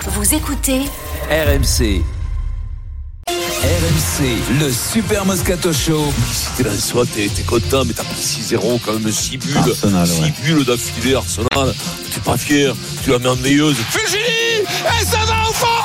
Vous écoutez RMC. RMC, le Super Moscato Show. Si t'es là, soit t'es content, mais t'as pris 6-0 quand même, 6 bulles. Arsenal, 6 bulles d'affilée, Arsenal. T'es pas fier, tu la mets en veilleuse. Fulgini, et ça va au fond.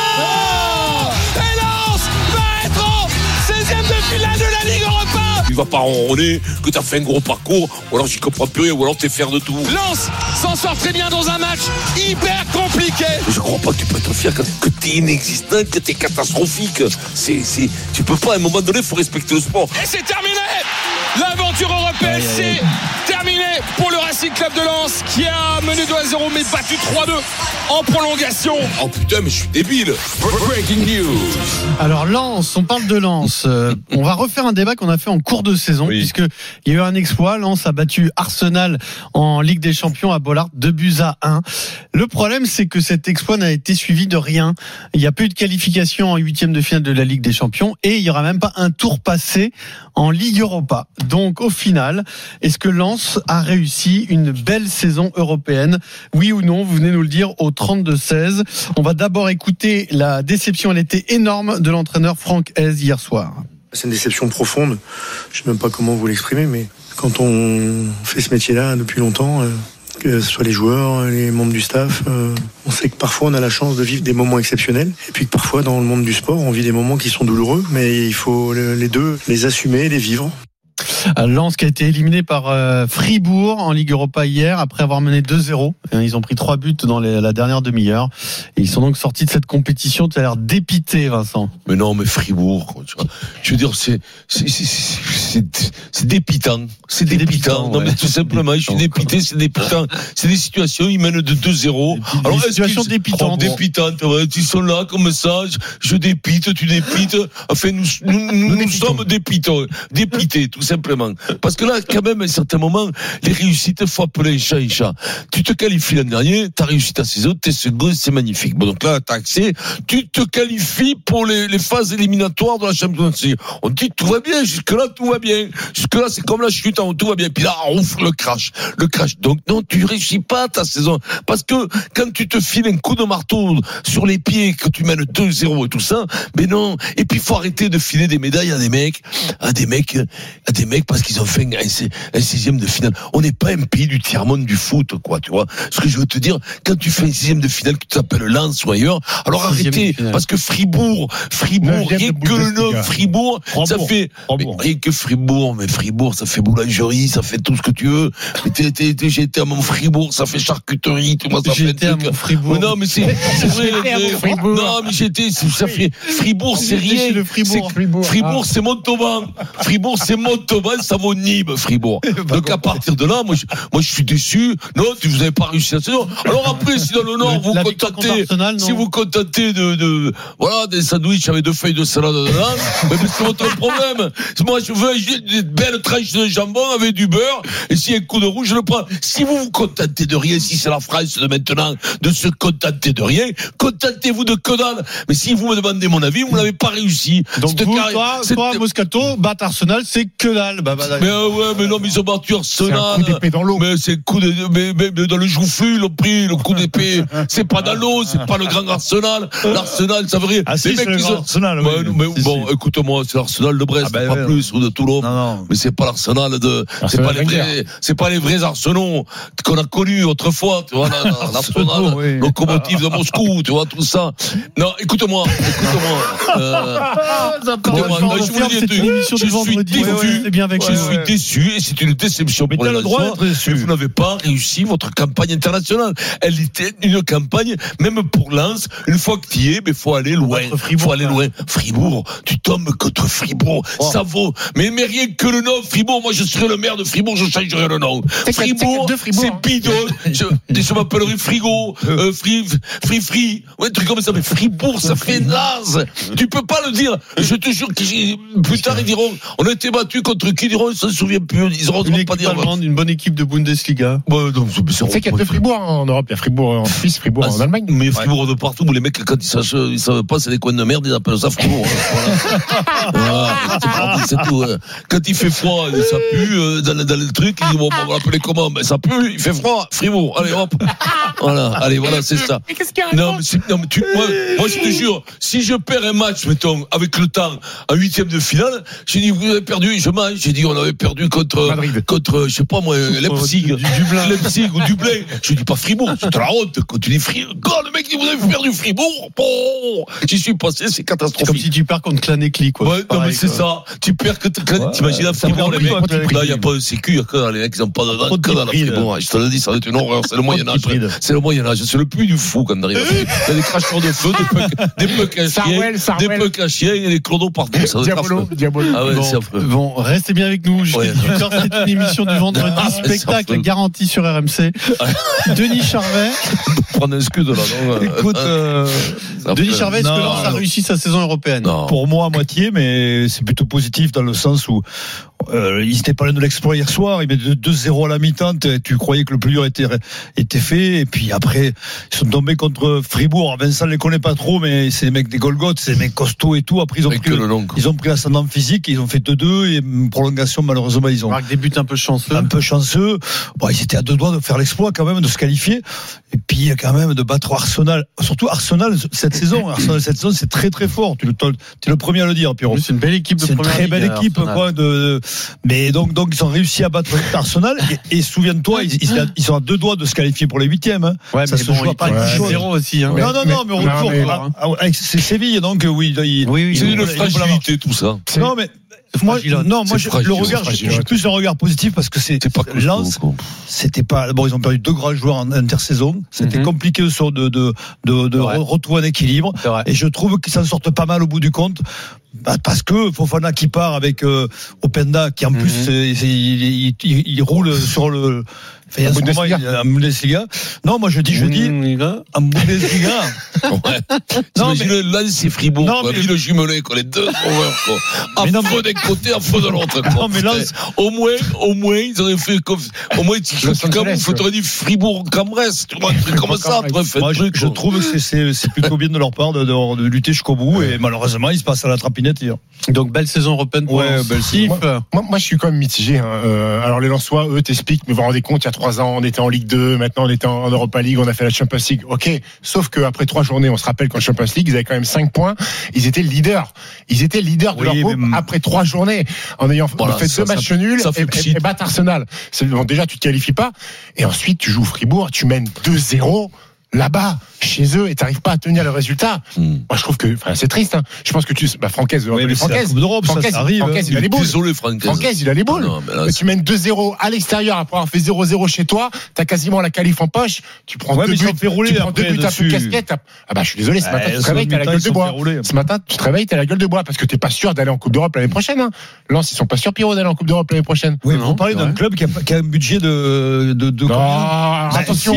Et Lens va être en 16e de finale de la Ligue Europa. Tu vas pas ronronner que t'as fait un gros parcours, ou alors j'y comprends plus rien, ou alors t'es fier de tout. Lens s'en sort très bien dans un match hyper compliqué. Mais je crois pas que tu peux être fier que t'es inexistant, que t'es catastrophique. Tu peux pas, à un moment donné, faut respecter le sport. Et c'est terminé. L'aventure européenne, c'est terminé pour le Racing Club de Lens qui a mené 2-0 mais battu 3-2 en prolongation. Oh putain, mais je suis débile. Breaking news. Alors Lens, on parle de Lens. On va refaire un débat qu'on a fait en cours de saison, puisque il y a eu un exploit. Lens a battu Arsenal en Ligue des Champions à Bollaert 2-1. Le problème, c'est que cet exploit n'a été suivi de rien. Il n'y a pas eu de qualification en 8e de finale de la Ligue des Champions et il n'y aura même pas un tour passé en Ligue Europa. Donc au final, est-ce que Lens a réussi une belle saison européenne? Oui ou non? Vous venez nous le dire au 32-16. On va d'abord écouter la déception, elle était énorme, de l'entraîneur Franck Hez hier soir. C'est une déception profonde. Je ne sais même pas comment vous l'exprimer, mais quand on fait ce métier-là depuis longtemps, que ce soit les joueurs, les membres du staff, on sait que parfois on a la chance de vivre des moments exceptionnels, et puis que parfois dans le monde du sport, on vit des moments qui sont douloureux, mais il faut les deux, les assumer, les vivre. Lens qui a été éliminé par Fribourg en Ligue Europa hier après avoir mené 2-0. Ils ont pris 3 buts dans la dernière demi-heure et ils sont donc sortis de cette compétition. Tu as l'air dépité, Vincent. Mais non, mais Fribourg, tu vois. Je veux dire, c'est dépitant. C'est dépitant. Non, mais tout simplement, je suis dépité, c'est dépitant. C'est des situations, ils mènent de 2-0. Alors, des situations dépitantes. Dépitantes, ouais. Ils sont là, comme ça, je dépite, tu dépites. Enfin, nous sommes dépités, tout simplement. Parce que là, quand même, à un certain moment, les réussites, faut appeler un chat. Tu te qualifies l'an dernier, t'as réussi ta saison, t'es second, c'est magnifique. Bon, donc là, t'as accès, tu te qualifies pour les phases éliminatoires de la Champions League. On dit, tout va bien, jusque-là, tout va bien. Jusque-là, c'est comme la chute, tout va bien. Puis là, ouf, le crash. Donc, non, tu réussis pas ta saison. Parce que, quand tu te files un coup de marteau sur les pieds, que tu mènes 2-0 et tout ça, mais non. Et puis, faut arrêter de filer des médailles à des mecs, parce qu'ils ont fait un 6e de finale. On n'est pas un pays du tiers-monde du foot, quoi, tu vois. Ce que je veux te dire, quand tu fais un 6e de finale, que tu t'appelles Lens ou ailleurs, alors arrêtez, parce que Fribourg, rien que le nom Fribourg, ça fait, rien que Fribourg, mais Fribourg, ça fait boulangerie, ça fait tout ce que tu veux. J'ai été à mon Fribourg, ça fait charcuterie, tout moi, ça fait un truc. Fribourg. Non, mais c'est vrai, non, mais ça fait, Fribourg, c'est rien. Fribourg, c'est Montauban. Fribourg, c'est Montauban, ça vaut Nîmes, Fribourg. Donc à partir de là, moi je suis déçu. Non, vous n'avez pas réussi la saison. Alors après, si dans le Nord vous contentez voilà, des sandwichs avec 2 feuilles de salade dedans, mais c'est votre problème. Moi je veux une belle tranche de jambon avec du beurre, et si un coup de rouge, je le prends. Si vous vous contentez de rien, si c'est la France de maintenant de se contenter de rien, contentez-vous de que dalle. Mais si vous me demandez mon avis, vous n'avez pas réussi. Donc toi, Moscato, battre Arsenal, c'est que dalle. Mais non, mais ils ont battu Arsenal. C'est un coup d'épée dans l'eau. Mais c'est un coup mais dans le joufflu, ils l'ont pris, le coup d'épée. C'est pas dans l'eau, c'est pas le grand Arsenal. L'Arsenal, ça veut dire. C'est le grand Arsenal. Écoute-moi, c'est l'Arsenal de Brest, pas plus, ou de Toulon. Non. Mais c'est pas l'Arsenal c'est pas les vrais Arsenaux qu'on a connus autrefois, tu vois, l'Arsenal, locomotive de Moscou, tu vois, tout ça. Non, écoute-moi. Je suis déçu, et c'est une déception pour les Lensois. Vous n'avez pas réussi votre campagne internationale. Elle était une campagne, même pour Lens, une fois que tu y es, mais faut aller loin. Fribourg, tu tombes contre Fribourg. Ça vaut. Mais rien que le nom Fribourg, moi je serais le maire de Fribourg, je changerais le nom. Fribourg, c'est bidon. Je m'appellerais Frigo, Free. Ouais, truc comme ça, mais Fribourg, ça fait naze. Tu peux pas le dire. Je te jure que plus tard ils diront, on a été battu contre qui diront, ils s'en souviennent plus. Ils auront Une pas équipe dire. allemande, une bonne équipe de Bundesliga. Ouais, donc, Tu sais qu'il y a deux Fribourg en Europe. Il y a Fribourg en Suisse, Fribourg en Allemagne. Mais Fribourg de partout, les mecs, quand ils savent pas, c'est des coins de merde, ils appellent ça Fribourg. Voilà. C'est tout. Quand il fait froid, ça pue, dans le truc, ils disent, bon, on va l'appeler comment? Ben, ça pue, il fait froid, Fribourg. Allez, hop. Voilà. Allez, voilà, c'est ça. Non, mais moi, je te jure, si je perds un match, mettons, avec le temps, en 8e de finale, j'ai dit, vous avez perdu, je mange, j'ai dit, on avait perdu contre, je sais pas moi, Leipzig, Leipzig ou Dublin. Je dis pas Fribourg, c'est la honte, quand tu dis Fribourg, le mec dit, vous avez perdu Fribourg, bon, j'y suis passé, c'est catastrophique. Comme si tu perds contre Clanécli, quoi. Ouais, non, mais c'est ça. Tu perds que t'imagines à Fribourg, les mecs. Là, il n'y a pas de sécu, il y a que les mecs, ils n'ont pas de que dans la Fribourg. Je te le dis, ça va être une horreur. C'est le Moyen-Âge. C'est le Moyen-Âge. C'est le puits du fou quand on arrive. Il y a des cracheurs de feu, des pucks à chien et des clodos partout. Diabolo. Ah ouais, c'est affreux. Bon, restez bien avec nous. Jusqu'à 18h, c'est une émission du vendredi. Spectacle garanti sur RMC. Denis Charvet. Prendre un scud, là, non? Écoute, Denis Charvet, est-ce que Lens a réussi sa saison européenne? Pour moi, à moitié, mais c'est plutôt positif dans le sens où ils n'étaient pas loin de l'exploit hier soir. Ils mettaient 2-0 à la mi-temps. Tu croyais que le plus dur était fait. Et puis après, ils sont tombés contre Fribourg. Vincent ne les connaît pas trop, mais c'est des mecs des Golgoth, c'est des mecs costauds et tout. Après, ils ont pris l'ascendant physique. Ils ont fait 2-2 et une prolongation, malheureusement, ils ont des buts un peu chanceux. Bon, ils étaient à deux doigts de faire l'exploit quand même, de se qualifier. Et puis quand même de battre Arsenal. Surtout Arsenal cette saison. Arsenal cette saison, c'est très très fort. Tu es le premier à le dire, Pierrot. C'est une belle équipe de première ligue. C'est une très belle équipe, quoi. Mais donc ils ont réussi à battre Arsenal. Et souviens-toi, ils sont à deux doigts de se qualifier pour les huitièmes. Hein. Ouais, ça se joue pas à 0 aussi. Hein. Non, mais retour. C'est Séville, donc oui. C'est une fragilité, tout ça. Non, mais. Moi, le regard, j'ai plus un regard positif parce que c'est Lens. C'était pas. Bon, ils ont perdu deux grands joueurs en intersaison. C'était compliqué de retrouver un équilibre. Et je trouve qu'ils s'en sortent pas mal au bout du compte. Parce que Fofana qui part avec Openda qui en plus il roule sur le. En Bundesliga. Non, moi je dis en Bundesliga. Non, mais là c'est Fribourg. Le jumelé, les deux sauveurs, quoi. Affreux d'un côté, affreux de l'autre. Non, mais là, au moins, ils auraient fait comme vous t'aurais dit Fribourg-Cambres. Tu vois, un truc comme ça. Je trouve que c'est plutôt bien de leur part de lutter jusqu'au bout et malheureusement, ils se passent à la trapinette hier. Donc, belle saison européenne pour moi, je suis quand même mitigé. Alors, les Lensois, eux, t'expliquent, mais vous vous rendez compte, il y a 3 ans, on était en Ligue 2, maintenant on était en Europa League, on a fait la Champions League. Ok, sauf qu'après 3 journées, on se rappelle qu'en Champions League, ils avaient quand même 5 points. Ils étaient leaders. De leur groupe après 3 journées, en ayant fait 2 matchs nuls et battre Arsenal. Bon, déjà, tu te qualifies pas. Et ensuite, tu joues Fribourg, tu mènes 2-0. Là-bas, chez eux, et t'arrives pas à tenir le résultat. Moi, je trouve que, c'est triste, hein. Je pense que Francaise, Francaise, ça arrive. Francaise, il a les boules. Désolé, Francaise, il a les boules. Mais tu mènes 2-0 à l'extérieur après avoir fait 0-0 chez toi. T'as quasiment la qualif en poche. Tu prends 2 buts. Tu prends 2 buts à peu casquette. Je suis désolé, ce matin, tu te réveilles, t'as la gueule de bois. Ce matin, tu te réveilles, t'as la gueule de bois parce que t'es pas sûr d'aller en Coupe d'Europe l'année prochaine, hein. Lens, ils sont pas sûrs, Pierrot, d'aller en Coupe d'Europe l'année prochaine. Oui, vous parlez d'un club qui a un budget de attention,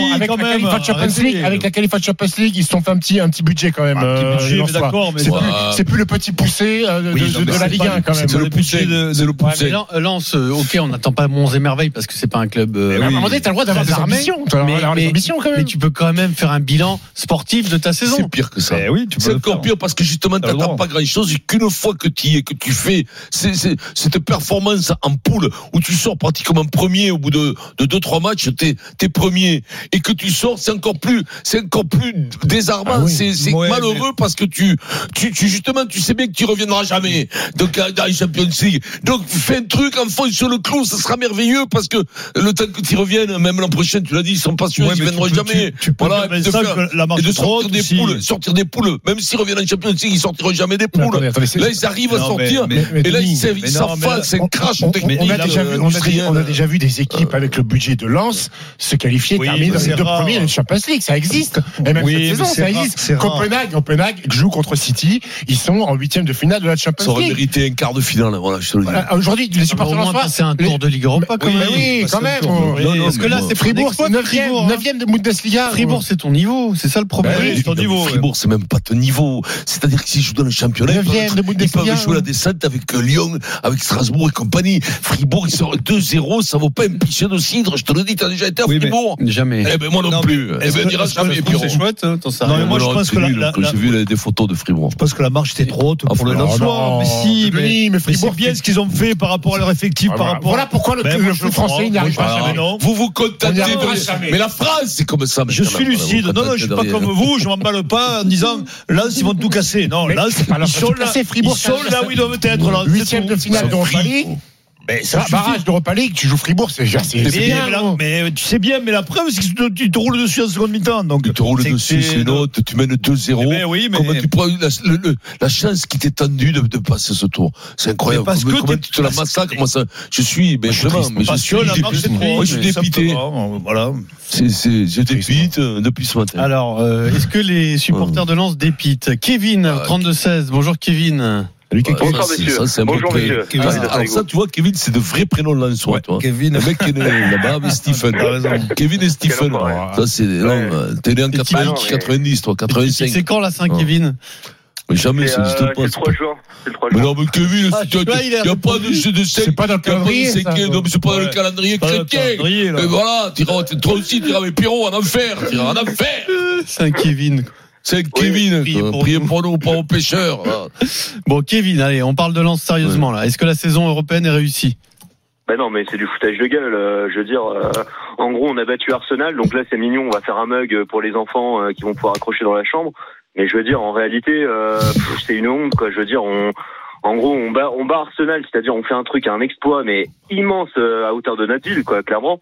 avec la qualif Champions League, ils se sont fait un petit budget quand même. D'accord, mais c'est plus le petit poussé de la Ligue 1 quand même. C'est le poussé. Lens, ok, on n'attend pas monts et merveilles parce que c'est pas un club. À un moment donné, t'as le droit d'avoir des ambitions. Mais tu peux quand même faire un bilan sportif de ta saison. C'est pire que ça. C'est encore pire parce que justement, t'attends pas grand chose. Qu'une fois que tu y es, que tu fais cette performance en poule où tu sors pratiquement premier au bout de 2-3 matchs, t'es premier et que tu sors, c'est encore plus désarmant, c'est malheureux parce que tu justement tu sais bien que tu reviendras jamais donc dans les Champions League, donc fais un truc en fond sur le clou, ça sera merveilleux parce que le temps que tu reviennes, même l'an prochain, tu l'as dit, ils sont pas sûrs, ils viendront jamais. Voilà, et de sortir des poules, même s'ils reviennent en Champions League, ils sortiront jamais des poules. Là ils arrivent à sortir et là ils s'enfalent, c'est un crash. On a déjà vu des équipes avec le budget de Lens se qualifier, terminer dans les 2 premiers de Champions League. Ça existe. Et même cette saison, ça existe. Copenhague joue contre City. Ils sont en 8e de finale de la Champions League. Ça aurait mérité un quart de finale. Voilà, je te le dis. Aujourd'hui, les supporters lensois. C'est un tour de Ligue Europa, quand même. Oui, quand même. Parce que là, c'est Fribourg, c'est 9e de Bundesliga. Fribourg, c'est ton niveau. C'est ça le problème. C'est ton niveau. Fribourg, c'est même pas ton niveau. C'est-à-dire que s'ils jouent dans le championnat, ils peuvent jouer la descente avec Lyon, avec Strasbourg et compagnie. Fribourg, ils sortent 2-0, ça vaut pas un pichet de cidre. Je te le dis, t'as déjà été à Fribourg? Jamais. Eh ben, moi non plus. Eh ben, dira jamais, c'est chouette, Non, mais moi, je pense que j'ai vu des photos de Fribourg. Je pense que la marche était trop haute pour le Lensois. Mais si, mais c'est bien ce qu'ils ont fait par rapport à leur effectif, par rapport. Voilà pourquoi le foot français n'y arrive pas jamais. Vous vous contentez de. Mais la France, c'est comme ça. Je suis lucide. Non, je suis pas comme vous. Je m'emballe pas en disant Lens, ils vont tout casser. Non, Lens, ils sont là où ils doivent être. 8e de finale d'Europa League. Mais ça, barrage d'Europa League, tu joues Fribourg, c'est bien. Mais tu sais bien, mais la preuve, c'est que tu te roules dessus en seconde mi-temps. Donc, tu te roules dessus, c'est l'autre, tu mènes 2-0. Oui, mais comment tu prends la chance qui t'est tendue de passer ce tour? C'est incroyable. Comment tu te la massacres? Moi, ça, je suis, mais vraiment, mais je suis dépité. Voilà. Je dépite depuis ce matin. Alors, est-ce que les supporters de Lens dépitent? Kevin, 32-16. Bonjour, Kevin. Bonsoir messieurs. Bonjour messieurs. Alors ça, tu vois, Kevin, c'est de vrais prénoms de Lensois, toi. Kevin. Le mec qui est né là-bas avec Stephen. T'as raison. Kevin et Stephen. Ça, c'est t'es né en 90, toi, 85. C'est quand la Saint Kevin? Jamais, ça n'existe pas. C'est le 3 juin. Mais non, mais Kevin, il n'y a pas de c'est pas dans le calendrier. Non, mais c'est pas dans le calendrier chrétien. Mais voilà, toi aussi, tu iras avec Pierrot en enfer. Tu iras en enfer. Saint Kevin. C'est Kevin, priez pour nous, pas aux pêcheurs. Bon, Kevin, allez, on parle de Lens sérieusement là. Est-ce que la saison européenne est réussie? Ben non, mais c'est du foutage de gueule. Je veux dire, en gros, on a battu Arsenal, donc là c'est mignon, on va faire un mug pour les enfants qui vont pouvoir accrocher dans la chambre. Mais je veux dire, en réalité, c'est une honte, quoi. Je veux dire, en gros, on bat Arsenal, c'est-à-dire on fait un exploit, mais immense à hauteur de notre ville, quoi, clairement.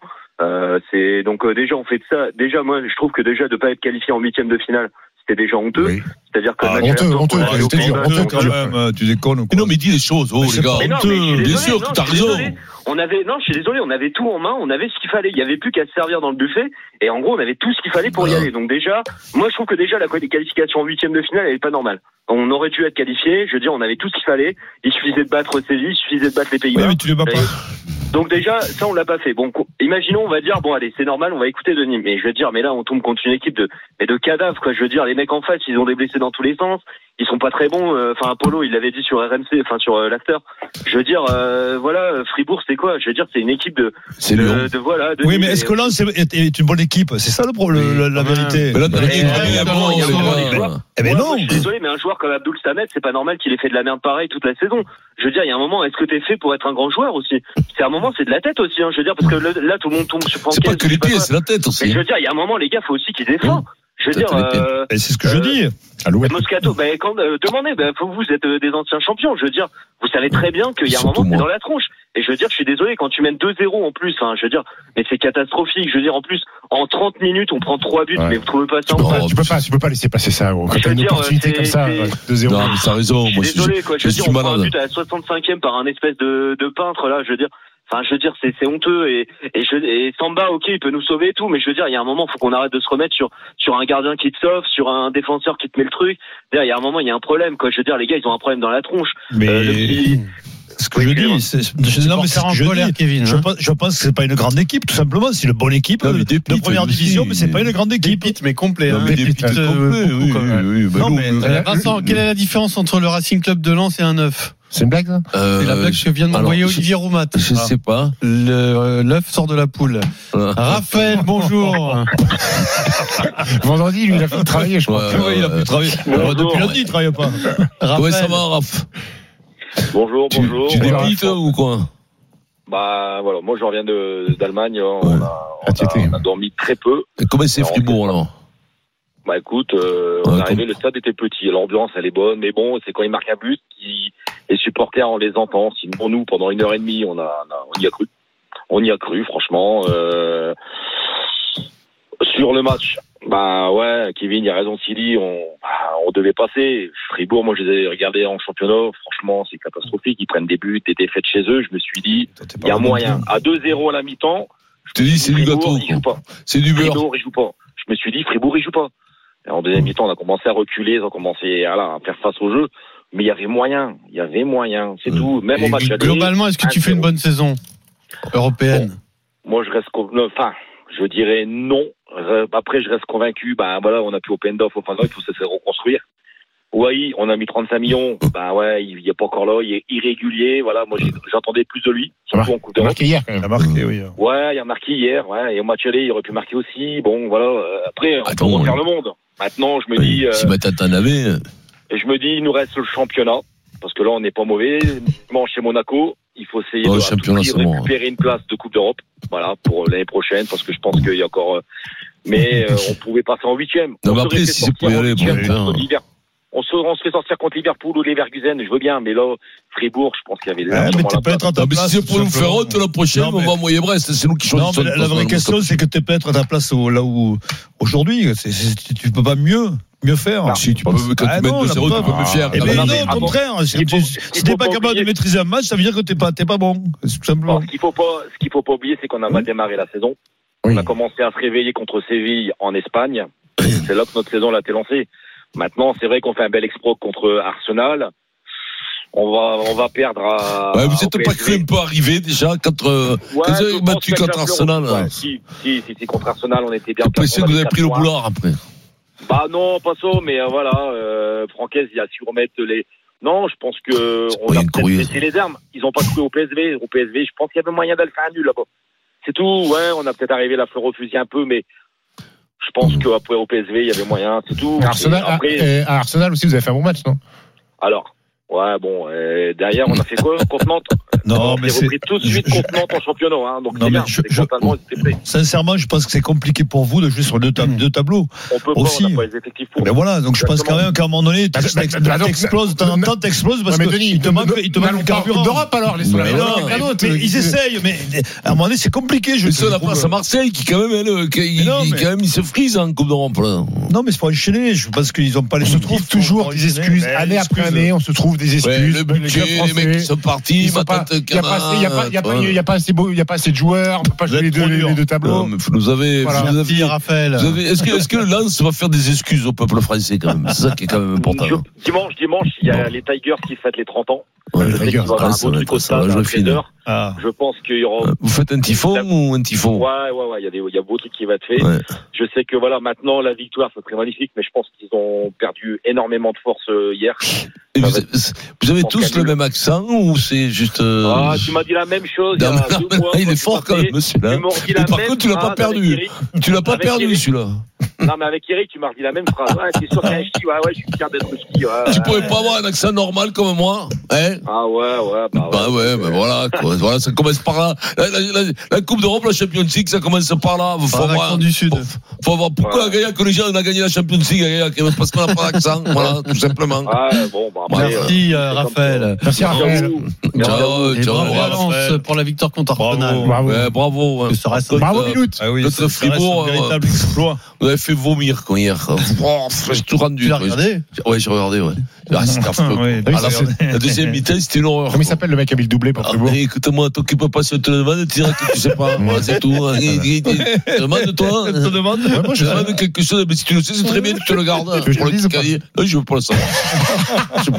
C'est donc déjà on fait de ça. Déjà, moi, je trouve que déjà de pas être qualifié en 8e de finale, c'était déjà honteux. Oui. C'est-à-dire que honteux quand même, tu déconnes. Non, mais dis les choses, les gars. Bien sûr que t'as raison. Je suis désolé, on avait tout en main, on avait ce qu'il fallait. Il y avait plus qu'à se servir dans le buffet. Et en gros, on avait tout ce qu'il fallait pour y aller. Donc déjà, moi, je trouve que déjà la qualification en 8e de finale, elle est pas normale. On aurait dû être qualifié. Je veux dire, on avait tout ce qu'il fallait. Il suffisait de battre Séville, il suffisait de battre les Pays-Bas. Oui, mais tu les bats pas. Donc déjà, ça, on l'a pas fait. Bon, imaginons, on va dire, bon, allez, c'est normal, on va écouter Denis. Mais je veux dire, mais là, on tombe contre une équipe de cadavres, quoi. Je veux dire, les mecs en face, ils ont des blessés dans tous les sens. Ils sont pas très bons. Enfin, Apollo, il l'avait dit sur RMC, enfin sur l'after. Je veux dire, voilà, Fribourg, c'est quoi? Je veux dire, c'est une équipe de voilà. Oui, mais est-ce que Lens est une bonne équipe? C'est ça le problème, la vérité. Mais là, non. Je suis désolé, mais un joueur comme Abdoul Samed, c'est pas normal qu'il ait fait de la merde pareille toute la saison. Je veux dire, il y a un moment, est-ce que t'es fait pour être un grand joueur aussi? C'est un moment, c'est de la tête aussi. Je veux dire, parce que là, tout le monde tombe sur. C'est pas que les pieds, c'est la tête aussi. Mais je veux dire, il y a un moment, les gars, faut aussi qu'ils défendent. Je veux dire, c'est ce que je dis. Moscato, demandez, vous êtes des anciens champions. Je veux dire, vous savez très bien qu'il y a un moment, c'est dans la tronche. Et je veux dire, je suis désolé, quand tu mènes 2-0 en plus, je veux dire, mais c'est catastrophique. Je veux dire, en plus, en 30 minutes, on prend 3 buts, mais vous trouvez pas ça tu peux pas laisser passer ça, gros. Quand t'as une opportunité comme ça, 2-0. Non, mais t'as raison. Moi, je suis désolé, quoi. Je veux dire, on prend un but à la 65e par un espèce de peintre, là, je veux dire. Enfin, je veux dire, c'est honteux et Samba, ok, il peut nous sauver et tout, mais je veux dire, il y a un moment, faut qu'on arrête de se remettre sur un gardien qui te sauve, sur un défenseur qui te met le truc. Il y a un moment, il y a un problème, quoi. Je veux dire, les gars, ils ont un problème dans la tronche. Mais ce que je dis, c'est Kevin. Je pense que c'est pas une grande équipe, tout simplement. C'est une bonne équipe de première division, mais c'est pas une grande équipe. Mais complet. Vincent, quelle est la différence entre le Racing Club de Lens et un œuf? C'est une blague, ça? C'est la blague que vient de m'envoyer Olivier Roumat. Je sais pas. L'œuf sort de la poule. Raphaël, bonjour. Vendredi, lui, il a pu travailler, je crois. Oui, il a pu travailler. Depuis lundi, il travaille pas. Ouais, ça va, Raph? Bonjour. Tu dépites ou quoi? Bah, voilà, moi, je reviens d'Allemagne. On a dormi très peu. Et comment c'est Fribourg, alors? Bah écoute, on est arrivé, le stade était petit, l'ambiance elle est bonne, mais bon, c'est quand ils marquent un but, les supporters on les entend. Sinon nous, pendant 1h30, on y a cru. On y a cru, franchement. Sur le match, bah ouais, Kevin, il a raison, Silly, on devait passer. Fribourg, moi je les ai regardés en championnat, franchement c'est catastrophique. Ils prennent des buts, des défaites chez eux. Je me suis dit, il y a moyen. À 2-0 à la mi-temps. Je te dis, c'est du gâteau. Il joue pas. C'est du beurre. Il joue pas. je me suis dit, Fribourg, il joue pas. Et en deuxième mi-temps, on a commencé à reculer, ils ont commencé à faire face au jeu. Mais il y avait moyen, c'est tout. Même au match aller. Globalement, est-ce que tu fais une bonne saison européenne? Bon, moi, je dirais non. Après, je reste convaincu. Voilà, on a plus Opendorf, il faut se reconstruire. Oui, on a mis 35 millions. Il est pas encore là, il est irrégulier. Voilà, moi, j'entendais plus de lui. Surtout en Coupe d'Europe. Il a marqué hier, quand même. Il a marqué, oui. Ouais, il a marqué hier. Ouais, et au match aller, il aurait pu marquer aussi. Bon, voilà. Après, on peut refaire le monde. Maintenant, je me dis. Si t'en avais. Et je me dis, il nous reste le championnat. Parce que là, on n'est pas mauvais. Dimanche chez Monaco, il faut essayer de récupérer une place de Coupe d'Europe. Voilà, pour l'année prochaine, parce que je pense qu'il y a encore. Mais on pouvait passer en 8e. Non, mais après, si c'est pour y aller, on se fait sortir contre Liverpool ou Leverkusen, je veux bien, mais là, Fribourg, je pense qu'il y avait mais t'es peut-être à ta place. Si c'est pour nous faire honte la prochaine, on va envoyer Brest, c'est nous qui choisissons. Non, mais la vraie question, c'est que t'es peut-être à ta place là où, aujourd'hui, tu peux pas mieux faire. Si tu peux, quand tu mets 2-0, tu peux me faire. Mais non, au contraire. Si t'es pas capable de maîtriser un match, ça veut dire que t'es pas bon. Tout simplement. Ce qu'il faut pas oublier, c'est qu'on a mal démarré la saison. On a commencé à se réveiller contre Séville en Espagne. C'est là que notre saison a été lancée. Maintenant, c'est vrai qu'on fait un bel exploit contre Arsenal. On va perdre à. Vous êtes pas cru un peu arrivé déjà quand vous avez battu contre Arsenal? Si, contre Arsenal, on était bien. Après, c'est que vous avez pris le boulard après. Non, pas ça, mais voilà, Francaise, il a su remettre les. Non, je pense que on a peut-être baissé les armes. Ils ont pas cru au PSV. Au PSV, je pense qu'il y avait moyen d'aller faire un nul là-bas. C'est tout. Ouais, on a peut-être arrivé la fleur au fusil un peu, mais. Je pense qu'après au PSV, il y avait moyen, c'est tout. À Arsenal aussi, vous avez fait un bon match, non? Alors, derrière, on a fait quoi contre Nantes? Non, mais c'est repris tout de suite contre Nantes en championnat, hein. Donc, c'est bien. Sincèrement, je pense que c'est compliqué pour vous de jouer sur deux tableaux. On peut aussi. Pas, on n'a pas les effectifs pour. Mais voilà, donc je pense quand même qu'à un moment donné, t'exploses, t'exploses parce qu'il te manque le carburant. D'Europe alors, les mais ils essayent, mais à un moment donné, c'est compliqué. C'est la place à Marseille qui, quand même, il se frise en Coupe d'Europe, là. Non, mais c'est pas enchaîné. Je pense qu'ils ont pas les. On se trouve toujours des excuses. Année après année, on se trouve des excuses. Le budget, les mecs qui sont partis, il n'y a pas assez de joueurs, on peut pas jouer les deux tableaux. Vous avez, Raphaël. Est-ce que Lens va faire des excuses au peuple français quand même? C'est ça qui est quand même important. Dimanche, il y a les Tigers qui fêtent les 30 ans. Les Tigers, ça va jouer fini. Je pense qu'il y aura. Vous faites un typhon ou un typhon? Ouais, il y a beaucoup de trucs qui vont être faits. Je sais que voilà, maintenant la victoire, ça serait magnifique, mais je pense qu'ils ont perdu énormément de force hier. Vous avez tous le même accent ou c'est juste tu m'as dit la même chose il y a 2 mois. Il est fort quand même, celui-là. Par contre, tu l'as pas perdu. Tu l'as pas perdu, celui-là. Non, mais avec Eric, tu m'as dit la même phrase. Ouais, t'es sûr qu'il y a un ch'ti? Ouais, je suis fier d'être ch'ti. Tu pourrais pas avoir un accent normal comme moi, hein? Voilà, quoi. Voilà, ça commence par là. La Coupe d'Europe, la Champions League, ça commence par là. Faut avoir du Sud. Faut avoir. Pourquoi Gaillac, que les gens, on a gagné la Champions League, Gaillac? Parce qu'on n'a pas d'accent. Voilà, tout simplement. Merci, Raphaël. Merci, Raphaël. Ciao. Bravo pour la victoire contre Arsenal. Bravo. Bravo, Milout. Notre Fribourg, véritable exploit. vous avez fait vomir quand hier. J'ai tout rendu. Tu l'as regardé? Ouais, j'ai regardé, ouais. C'était affreux. La deuxième mi-temps, c'était une horreur. Comment il s'appelle le mec qui a mis le doublé pour Fribourg? Écoute-moi, t'occupes pas si on te demande, tu diras que tu sais pas. Voilà, c'est tout. Demande-toi. Moi, je demande quelque chose, mais si tu le sais, c'est très bien, tu te le gardes. Non, je veux pas le savoir.